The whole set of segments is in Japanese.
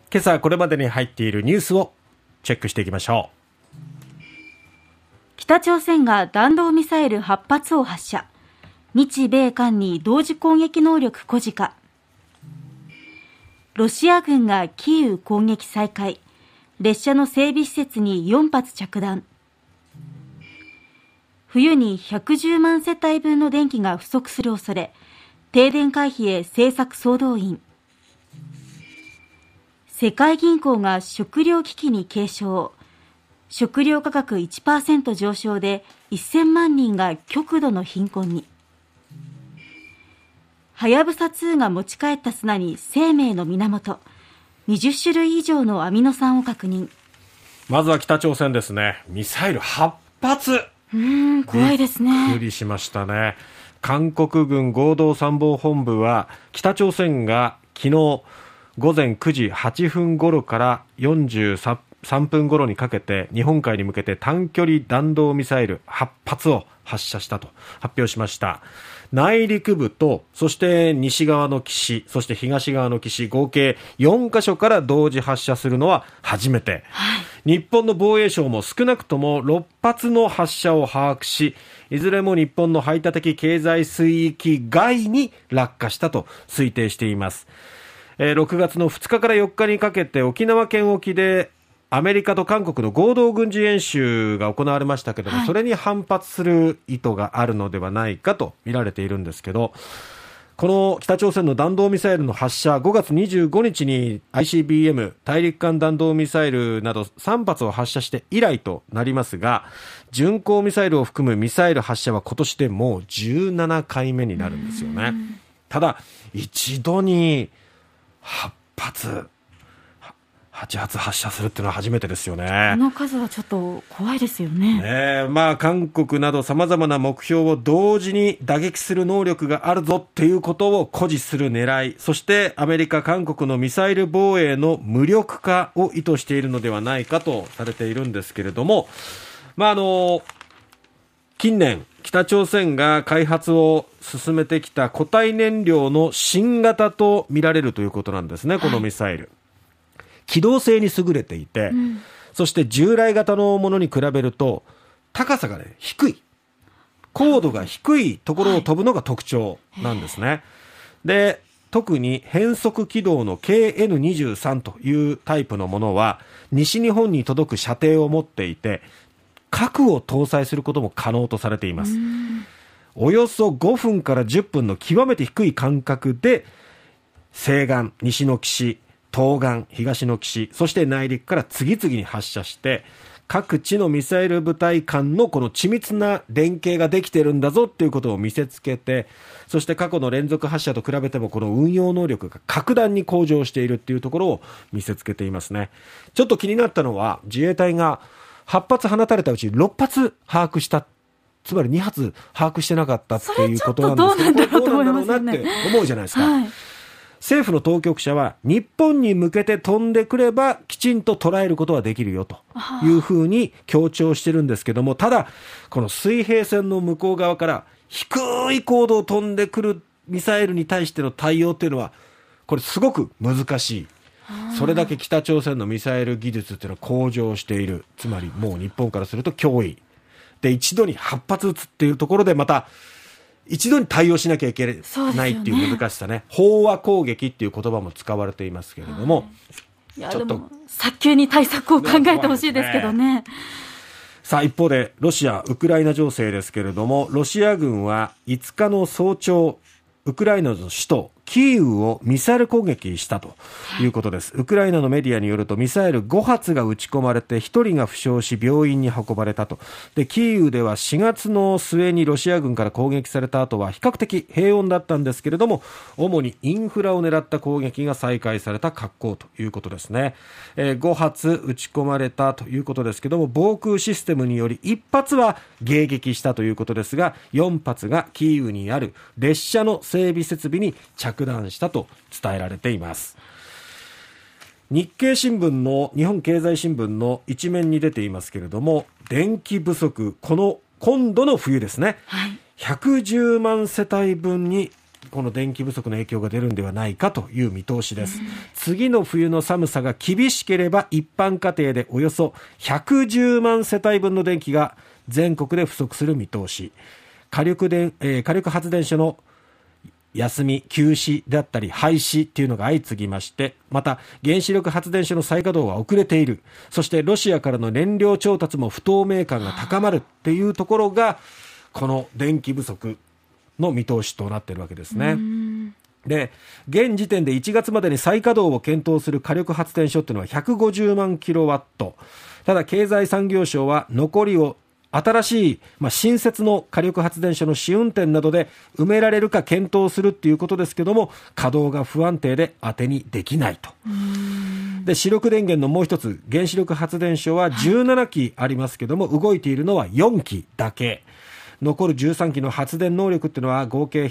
今朝これまでに入っているニュースをチェックしていきましょう。 北朝鮮が弾道ミサイル8発を発射。日米韓に同時攻撃能力誇示か。ロシア軍がキーウ攻撃再開。列車の整備施設に4発着弾。冬に110万世帯分の電気が不足する恐れ。停電回避へ政策総動員。世界銀行が食糧危機に警鐘。食料価格 1% 上昇で1000万人が極度の貧困に。はやぶさ2が持ち帰った砂に生命の源。20種類以上のアミノ酸を確認。 まずは北朝鮮ですね。ミサイル8発。 怖いですね。 びっくりしましたね。韓国軍合同参謀本部は北朝鮮が昨日午前9時8分頃から43分頃にかけて日本海に向けて短距離弾道ミサイル8発を発射したと発表しました。内陸部とそして西側の岸、そして東側の岸、合計4カ所から同時発射するのは初めて、日本の防衛省も少なくとも6発の発射を把握し、いずれも日本の排他的経済水域外に落下したと推定しています。6月の2日から4日にかけて沖縄県沖でアメリカと韓国の合同軍事演習が行われましたけれども、それに反発する意図があるのではないかと見られているんですけど、この北朝鮮の弾道ミサイルの発射、5月25日に ICBM 大陸間弾道ミサイルなど3発を発射して以来となりますが、巡航ミサイルを含むミサイル発射は今年でもう17回目になるんですよね。ただ一度に8発発射するっていうのは初めてですよね。 この数はちょっと怖いですよね。 韓国などさまざまな目標を同時に打撃する能力があるぞっていうことを誇示する狙い、そしてアメリカ韓国のミサイル防衛の無力化を意図しているのではないかとされているんですけれども、近年北朝鮮が開発を進めてきた固体燃料の新型と見られるということなんですね。このミサイル、機動性に優れていて、そして従来型のものに比べると高さが、低い、高度が低いところを飛ぶのが特徴なんですね。で、特に変速軌道の KN23 というタイプのものは西日本に届く射程を持っていて、核を搭載することも可能とされています。およそ5分から10分の極めて低い間隔で西岸、西の岸、東岸、東の岸、そして内陸から次々に発射して、各地のミサイル部隊間のこの緻密な連携ができてるんだぞっていうことを見せつけて、そして過去の連続発射と比べてもこの運用能力が格段に向上しているっていうところを見せつけていますね。ちょっと気になったのは、自衛隊が8発放たれたうち6発把握した、つまり2発把握してなかったっていうことなんですけど、どうなんだろうなって思うじゃないですか。政府の当局者は日本に向けて飛んでくればきちんと捉えることはできるよというふうに強調してるんですけども、ただこの水平線の向こう側から低い高度を飛んでくるミサイルに対しての対応っていうのはこれすごく難しい。それだけ北朝鮮のミサイル技術っていうのは向上している。つまりもう日本からすると脅威で、一度に8発撃つっていうところでまた一度に対応しなきゃいけないっていう難しさね。飽和攻撃っていう言葉も使われていますけれども、 ちょっと早急に対策を考えてほしいですけどね。 さあ一方でロシア・ウクライナ情勢ですけれども、ロシア軍は5日の早朝、ウクライナの首都キーウをミサイル攻撃したということです。ウクライナのメディアによるとミサイル5発が撃ち込まれて1人が負傷し病院に運ばれたと。で、キーウでは4月の末にロシア軍から攻撃された後は比較的平穏だったんですけれども、主にインフラを狙った攻撃が再開された格好ということですね。5発撃ち込まれたということですけども、防空システムにより1発は迎撃したということですが、4発がキーウにある列車の整備設備に着弾したと伝えられています。日経新聞の日本経済新聞の一面に出ていますけれども、電気不足、今度の冬ですね、110万世帯分にこの電気不足の影響が出るんではないかという見通しです。次の冬の寒さが厳しければ一般家庭でおよそ110万世帯分の電気が全国で不足する見通し。火力発電所の休み休止であったり廃止っていうのが相次ぎまして、また原子力発電所の再稼働は遅れている、そしてロシアからの燃料調達も不透明感が高まるっていうところがこの電気不足の見通しとなっているわけですね。で、現時点で1月までに再稼働を検討する火力発電所っていうのは150万キロワット。ただ経済産業省は残りを新しい、新設の火力発電所の試運転などで埋められるか検討するっていうことですけども、稼働が不安定で当てにできないと。で、主力電源のもう一つ、原子力発電所は17基ありますけども、動いているのは4基だけ。残る13基の発電能力っていうのは合計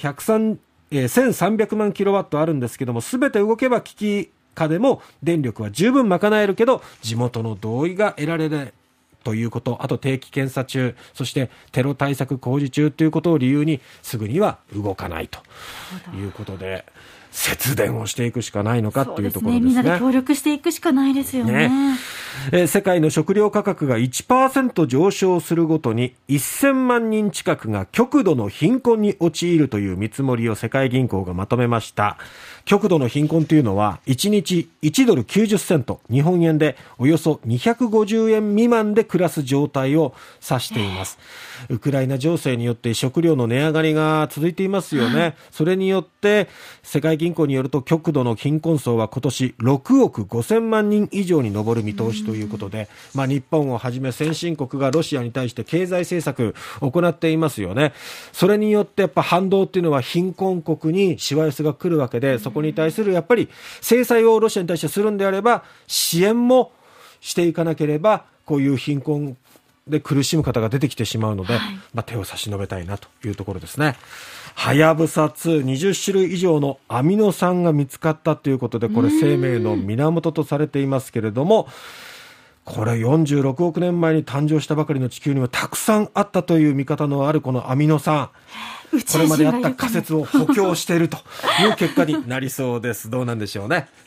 1300万キロワットあるんですけども、すべて動けば危機下でも電力は十分賄えるけど、地元の同意が得られないということ、あと定期検査中、そしてテロ対策工事中ということを理由にすぐには動かないということで、節電をしていくしかないのかというところですね。 みんなで協力していくしかないですよね。 世界の食料価格が 1% 上昇するごとに1000万人近くが極度の貧困に陥るという見積もりを世界銀行がまとめました。極度の貧困というのは1日1ドル90セント、日本円でおよそ250円未満で暮らす状態を指しています。ウクライナ情勢によって食料の値上がりが続いていますよね。それによって世界銀行によると極度の貧困層は今年6億5000万人以上に上る見通しということで、日本をはじめ先進国がロシアに対して経済政策を行っていますよね。それによってやっぱ反動っていうのは貧困国にしわ寄せが来るわけで、そこに対するやっぱり制裁をロシアに対してするんであれば支援もしていかなければ、こういう貧困で苦しむ方が出てきてしまうので、手を差し伸べたいなというところですね。はやぶさ2、20種類以上のアミノ酸が見つかったということで、これ生命の源とされていますけれども、これ46億年前に誕生したばかりの地球にはたくさんあったという見方のあるこのアミノ酸、これまであった仮説を補強しているという結果になりそうです。どうなんでしょうね。